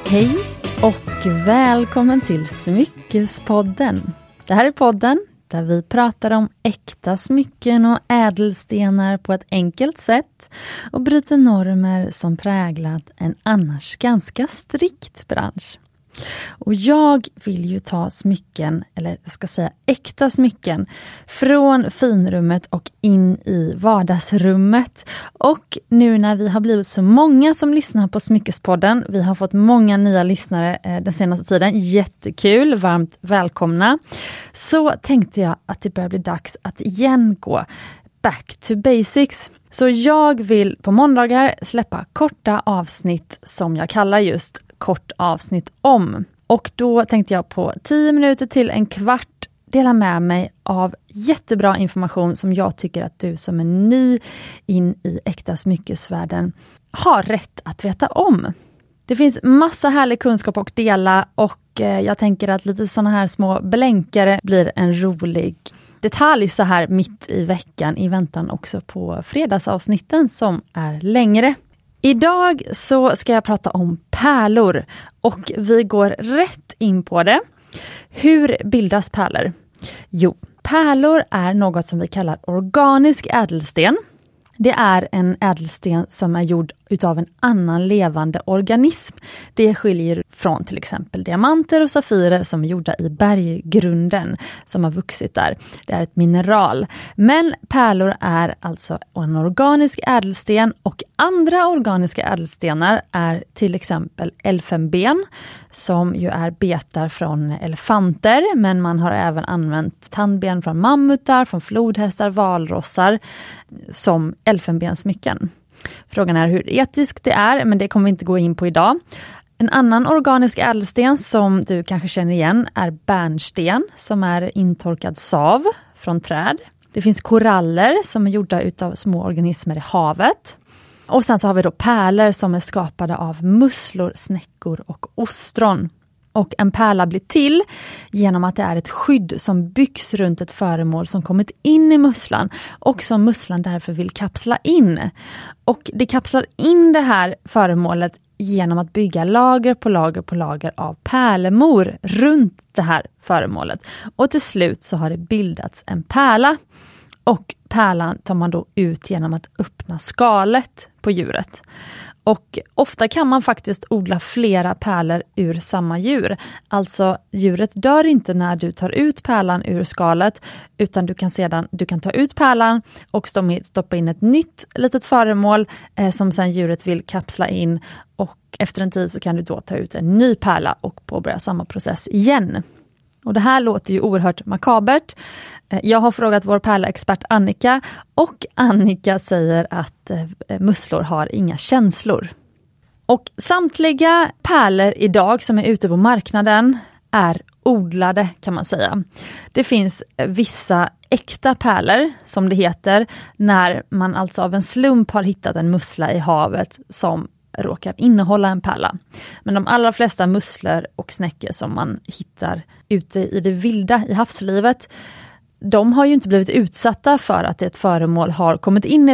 Hej och välkommen till Smyckespodden. Det här är podden där vi pratar om äkta smycken och ädelstenar på ett enkelt sätt och bryter normer som präglat en annars ganska strikt bransch. Och jag vill ju ta smycken, eller jag ska säga äkta smycken, från finrummet och in i vardagsrummet. Och nu när vi har blivit så många som lyssnar på Smyckespodden, vi har fått många nya lyssnare den senaste tiden, jättekul, varmt välkomna. Så tänkte jag att det börjar bli dags att igen gå back to basics. Så jag vill på måndagar släppa korta avsnitt som jag kallar just kort avsnitt om. Och då tänkte jag på 10 minuter till en kvart dela med mig av jättebra information som jag tycker att du som är ny in i äkta smyckesvärlden har rätt att veta om. Det finns massa härlig kunskap att dela och jag tänker att lite sådana här små blänkare blir en rolig detalj så här mitt i veckan i väntan också på fredagsavsnitten som är längre. Idag så ska jag prata om pärlor och vi går rätt in på det. Hur bildas pärlor? Jo, pärlor är något som vi kallar organisk ädelsten. Det är en ädelsten som är gjord utav en annan levande organism. Det skiljer från till exempel diamanter och safirer som är gjorda i berggrunden som har vuxit där. Det är ett mineral. Men pärlor är alltså en organisk ädelsten och andra organiska ädelstenar är till exempel elfenben som ju är betar från elefanter, men man har även använt tandben från mammutar, från flodhästar, valrossar som elfenbensmycken. Frågan är hur etiskt det är, men det kommer vi inte gå in på idag. En annan organisk ädelsten som du kanske känner igen är bärnsten som är intorkad sav från träd. Det finns koraller som är gjorda utav små organismer i havet. Och sen så har vi då pärlor som är skapade av musslor, snäckor och ostron. Och en pärla blir till genom att det är ett skydd som byggs runt ett föremål som kommit in i musslan och som musslan därför vill kapsla in. Och det kapslar in det här föremålet genom att bygga lager på lager på lager av pärlemor runt det här föremålet. Och till slut så har det bildats en pärla. Och pärlan tar man då ut genom att öppna skalet på djuret. Och ofta kan man faktiskt odla flera pärlor ur samma djur. Alltså djuret dör inte när du tar ut pärlan ur skalet, utan du kan ta ut pärlan och stoppa in ett nytt litet föremål som sen djuret vill kapsla in, och efter en tid så kan du då ta ut en ny pärla och påbörja samma process igen. Och det här låter ju oerhört makabert. Jag har frågat vår pärlaexpert Annika och Annika säger att musslor har inga känslor. Och samtliga pärlor idag som är ute på marknaden är odlade kan man säga. Det finns vissa äkta pärlor som det heter när man alltså av en slump har hittat en mussla i havet som råkar innehålla en pärla. Men de allra flesta musslor och snäckor som man hittar ute i det vilda i havslivet, de har ju inte blivit utsatta för att ett föremål har kommit in i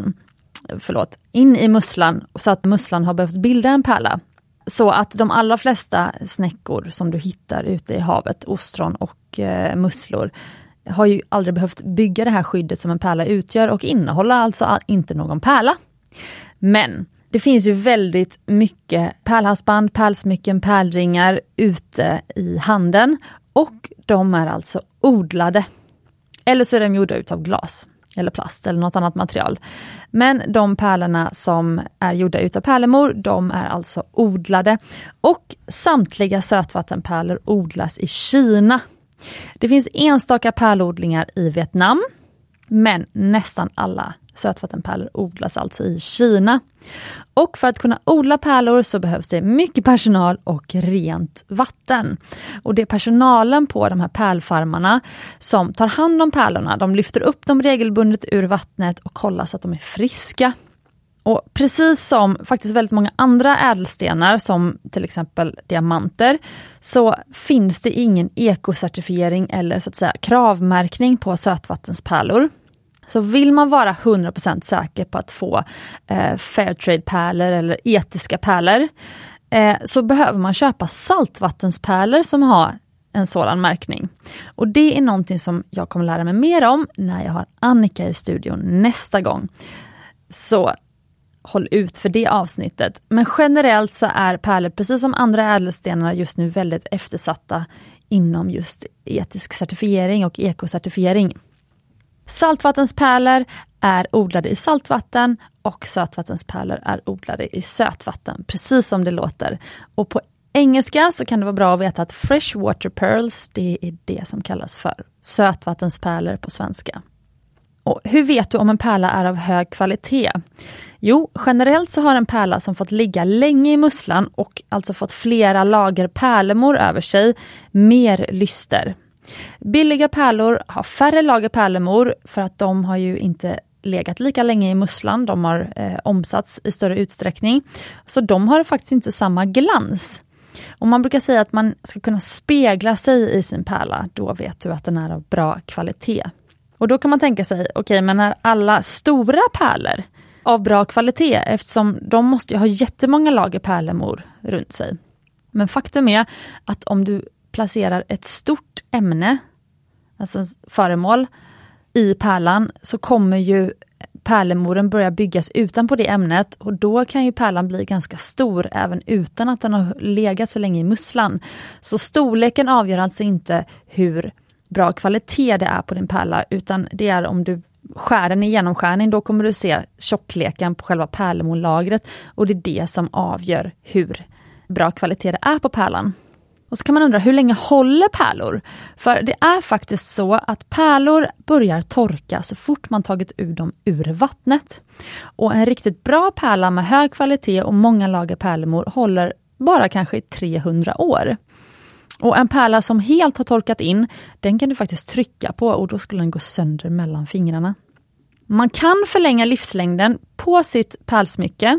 in i musslan så att musslan har behövt bilda en pärla. Så att de allra flesta snäckor som du hittar ute i havet, ostron och musslor, har ju aldrig behövt bygga det här skyddet som en pärla utgör och innehåller alltså inte någon pärla. Men det finns ju väldigt mycket pärlhalsband, pärlsmycken, pärlringar ute i handeln och de är alltså odlade. Eller så är de gjorda utav glas eller plast eller något annat material. Men de pärlorna som är gjorda utav pärlemor, de är alltså odlade. Och samtliga sötvattenpärlor odlas i Kina. Det finns enstaka pärlodlingar i Vietnam, men nästan alla sötvattenpärlor odlas alltså i Kina. Och för att kunna odla pärlor så behövs det mycket personal och rent vatten. Och det är personalen på de här pärlfarmarna som tar hand om pärlorna. De lyfter upp dem regelbundet ur vattnet och kollar så att de är friska. Och precis som faktiskt väldigt många andra ädelstenar som till exempel diamanter, så finns det ingen ekocertifiering eller så att säga kravmärkning på sötvattenspärlor. Så vill man vara 100% säker på att få Fairtrade-pärlor eller etiska pärlor, så behöver man köpa saltvattenspärlor som har en sådan märkning. Och det är någonting som jag kommer lära mig mer om när jag har Annika i studion nästa gång. Så håll ut för det avsnittet. Men generellt så är pärlor, precis som andra ädelstenar, just nu väldigt eftersatta inom just etisk certifiering och ekocertifiering. Saltvattenspärlor är odlade i saltvatten och sötvattenspärlor är odlade i sötvatten, precis som det låter. Och på engelska så kan det vara bra att veta att freshwater pearls, det är det som kallas för sötvattenspärlor på svenska. Och hur vet du om en pärla är av hög kvalitet? Jo, generellt så har en pärla som fått ligga länge i musslan och alltså fått flera lager pärlemor över sig mer lyster. Billiga pärlor har färre lager pärlemor för att de har ju inte legat lika länge i musslan. De har omsatts i större utsträckning. Så de har faktiskt inte samma glans. Och man brukar säga att man ska kunna spegla sig i sin pärla. Då vet du att den är av bra kvalitet. Och då kan man tänka sig, okej, men är alla stora pärlor av bra kvalitet? Eftersom de måste ju ha jättemånga lager pärlemor runt sig. Men faktum är att om du placerar ett stort ämne, alltså föremål, i pärlan så kommer ju pärlemoren börja byggas utanpå det ämnet och då kan ju pärlan bli ganska stor även utan att den har legat så länge i musslan. Så storleken avgör alltså inte hur bra kvalitet det är på din pärla, utan det är om du skär den i genomskärning, då kommer du se tjockleken på själva pärlemorlagret och det är det som avgör hur bra kvalitet det är på pärlan. Och så kan man undra, hur länge håller pärlor? För det är faktiskt så att pärlor börjar torka så fort man tagit ur dem ur vattnet. Och en riktigt bra pärla med hög kvalitet och många lager pärlemor håller bara kanske 300 år. Och en pärla som helt har torkat in, den kan du faktiskt trycka på och då skulle den gå sönder mellan fingrarna. Man kan förlänga livslängden på sitt pärlsmycke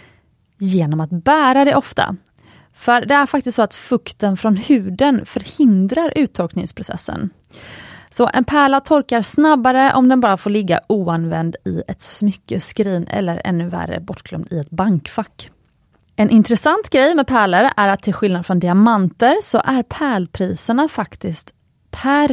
genom att bära det ofta. För det är faktiskt så att fukten från huden förhindrar uttorkningsprocessen. Så en pärla torkar snabbare om den bara får ligga oanvänd i ett smyckeskrin eller ännu värre bortglömd i ett bankfack. En intressant grej med pärlor är att till skillnad från diamanter så är pärlpriserna faktiskt per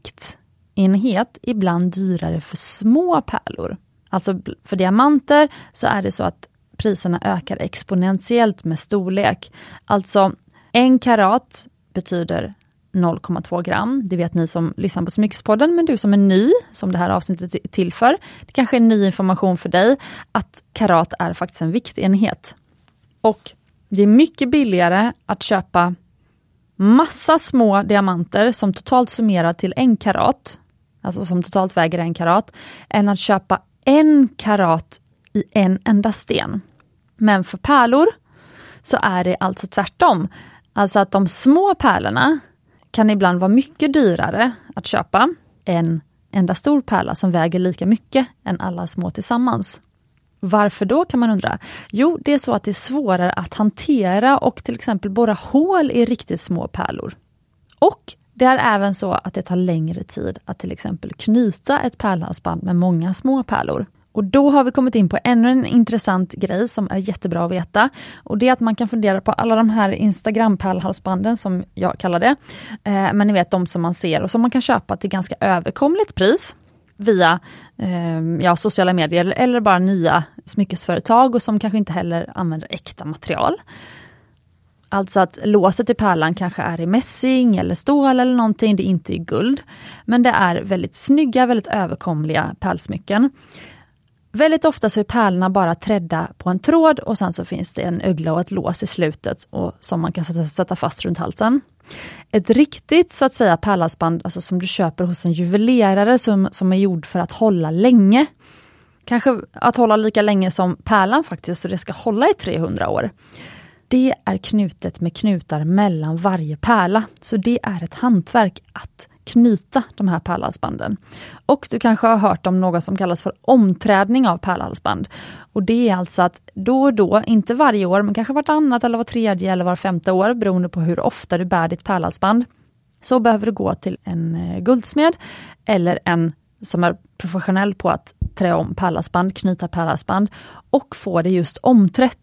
viktenhet ibland dyrare för små pärlor. Alltså för diamanter så är det så att priserna ökar exponentiellt med storlek. Alltså 1 karat betyder 0,2 gram. Det vet ni som lyssnar på Smyckespodden, men du som är ny, som det här avsnittet är till för. Det kanske är ny information för dig att karat är faktiskt en viktenhet. Och det är mycket billigare att köpa massa små diamanter som totalt summerar till 1 karat, alltså som totalt väger 1 karat, än att köpa 1 karat i en enda sten. Men för pärlor så är det alltså tvärtom. Alltså att de små pärlorna kan ibland vara mycket dyrare att köpa än enda stor pärla som väger lika mycket än alla små tillsammans. Varför då, kan man undra? Jo, det är så att det är svårare att hantera och till exempel borra hål i riktigt små pärlor. Och det är även så att det tar längre tid att till exempel knyta ett pärlhalsband med många små pärlor. Och då har vi kommit in på ännu en intressant grej som är jättebra att veta. Och det är att man kan fundera på alla de här Instagram-pärlhalsbanden som jag kallar det. Men ni vet de som man ser och som man kan köpa till ganska överkomligt pris via sociala medier eller bara nya smyckesföretag och som kanske inte heller använder äkta material. Alltså att låset i pärlan kanske är i mässing eller stål eller någonting, det är inte i guld. Men det är väldigt snygga, väldigt överkomliga pärlsmycken. Väldigt ofta så är pärlorna bara trädda på en tråd och sen så finns det en ögla och ett lås i slutet och som man kan sätta fast runt halsen. Ett riktigt så att säga pärlhalsband, alltså som du köper hos en juvelerare som är gjord för att hålla länge. Kanske att hålla lika länge som pärlan faktiskt, så det ska hålla i 300 år. Det är knutet med knutar mellan varje pärla, så det är ett hantverk att knyta de här pärlhalsbanden. Och du kanske har hört om något som kallas för omträdning av pärlhalsband. Och det är alltså att då och då, inte varje år, men kanske vartannat eller var tredje eller var 5:e år, beroende på hur ofta du bär ditt pärlhalsband, så behöver du gå till en guldsmed eller en som är professionell på att trä om pärlhalsband, knyta pärlhalsband och få det just omträtt.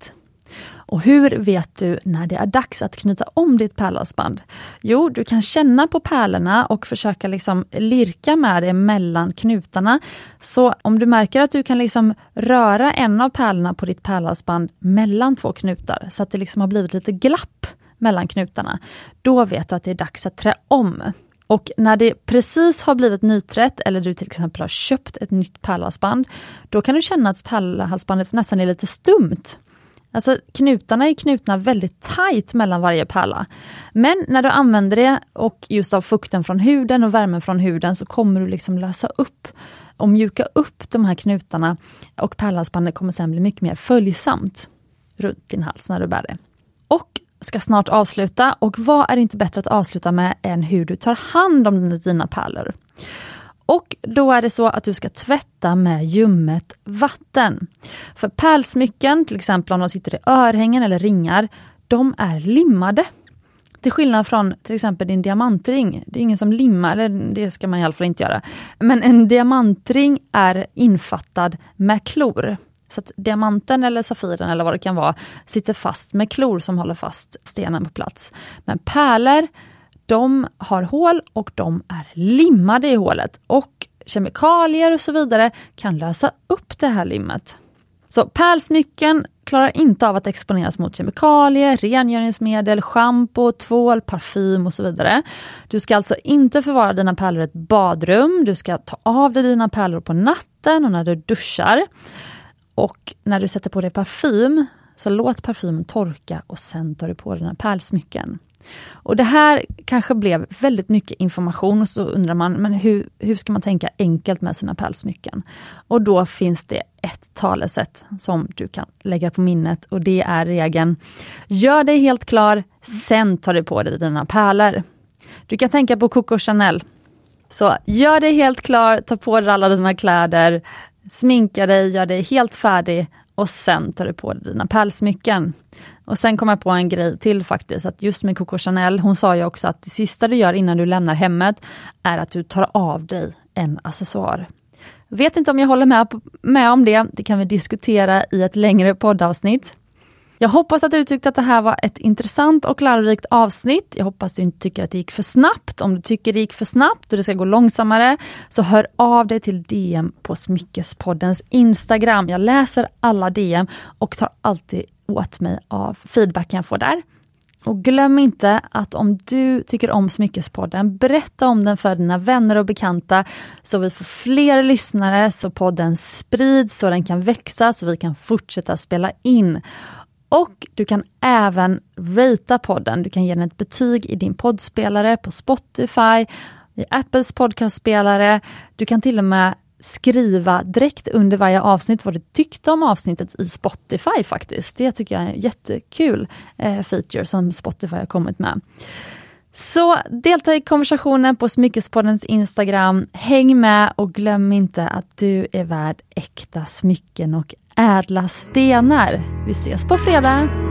Och hur vet du när det är dags att knyta om ditt pärlhalsband? Jo, du kan känna på pärlorna och försöka liksom lirka med det mellan knutarna. Så om du märker att du kan liksom röra en av pärlorna på ditt pärlhalsband mellan 2 knutar, så att det liksom har blivit lite glapp mellan knutarna, då vet du att det är dags att trä om. Och när det precis har blivit nyträtt, eller du till exempel har köpt ett nytt pärlhalsband, då kan du känna att pärlhalsbandet nästan är lite stumt. Alltså knutarna är knutna väldigt tajt mellan varje pärla. Men när du använder det och just av fukten från huden och värmen från huden, så kommer du liksom lösa upp och mjuka upp de här knutarna, och pärlhalsbandet kommer sen bli mycket mer följsamt runt din hals när du bär det. Och ska snart avsluta, och vad är inte bättre att avsluta med än hur du tar hand om dina pärlor. Och då är det så att du ska tvätta med ljummet vatten. För pärlsmycken, till exempel om de sitter i örhängen eller ringar, de är limmade. Till skillnad från till exempel din diamantring. Det är ingen som limmar, eller det ska man i alla fall inte göra. Men en diamantring är infattad med klor. Så att diamanten eller safiren eller vad det kan vara sitter fast med klor som håller fast stenen på plats. Men pärlor, de har hål och de är limmade i hålet. Och kemikalier och så vidare kan lösa upp det här limmet. Så pärlsmycken klarar inte av att exponeras mot kemikalier, rengöringsmedel, shampoo, tvål, parfym och så vidare. Du ska alltså inte förvara dina pärlor i ett badrum. Du ska ta av dig dina pärlor på natten och när du duschar. Och när du sätter på dig parfym, så låt parfymen torka och sen tar du på dina pärlsmycken. Och det här kanske blev väldigt mycket information, och så undrar man, men hur ska man tänka enkelt med sina pärlsmycken? Och då finns det ett talesätt som du kan lägga på minnet, och det är regeln: gör dig helt klar, sen tar du på dig dina pärlor. Du kan tänka på Coco Chanel. Så gör dig helt klar, ta på dig alla dina kläder, sminka dig, gör dig helt färdig och sen tar du på dig dina pärlsmycken. Och sen kom jag på en grej till faktiskt, att just med Coco Chanel, hon sa ju också att det sista du gör innan du lämnar hemmet är att du tar av dig en accessoar. Vet inte om jag håller med om det, det kan vi diskutera i ett längre poddavsnitt. Jag hoppas att du tyckte att det här var ett intressant och lärorikt avsnitt. Jag hoppas att du inte tycker att det gick för snabbt. Om du tycker det gick för snabbt och det ska gå långsammare, så hör av dig till DM på Smyckespoddens Instagram. Jag läser alla DM och tar alltid åt mig av feedbacken jag får där. Och glöm inte att om du tycker om Smyckespodden, berätta om den för dina vänner och bekanta, så vi får fler lyssnare, så podden sprids, så den kan växa, så vi kan fortsätta spela in. Och du kan även ratea podden. Du kan ge den ett betyg i din poddspelare, på Spotify, i Apples podcastspelare. Du kan till och med skriva direkt under varje avsnitt vad du tyckte om avsnittet i Spotify faktiskt. Det tycker jag är en jättekul feature som Spotify har kommit med. Så delta i konversationen på Smyckespoddens Instagram. Häng med och glöm inte att du är värd äkta smycken och ädla stenar. Vi ses på fredag!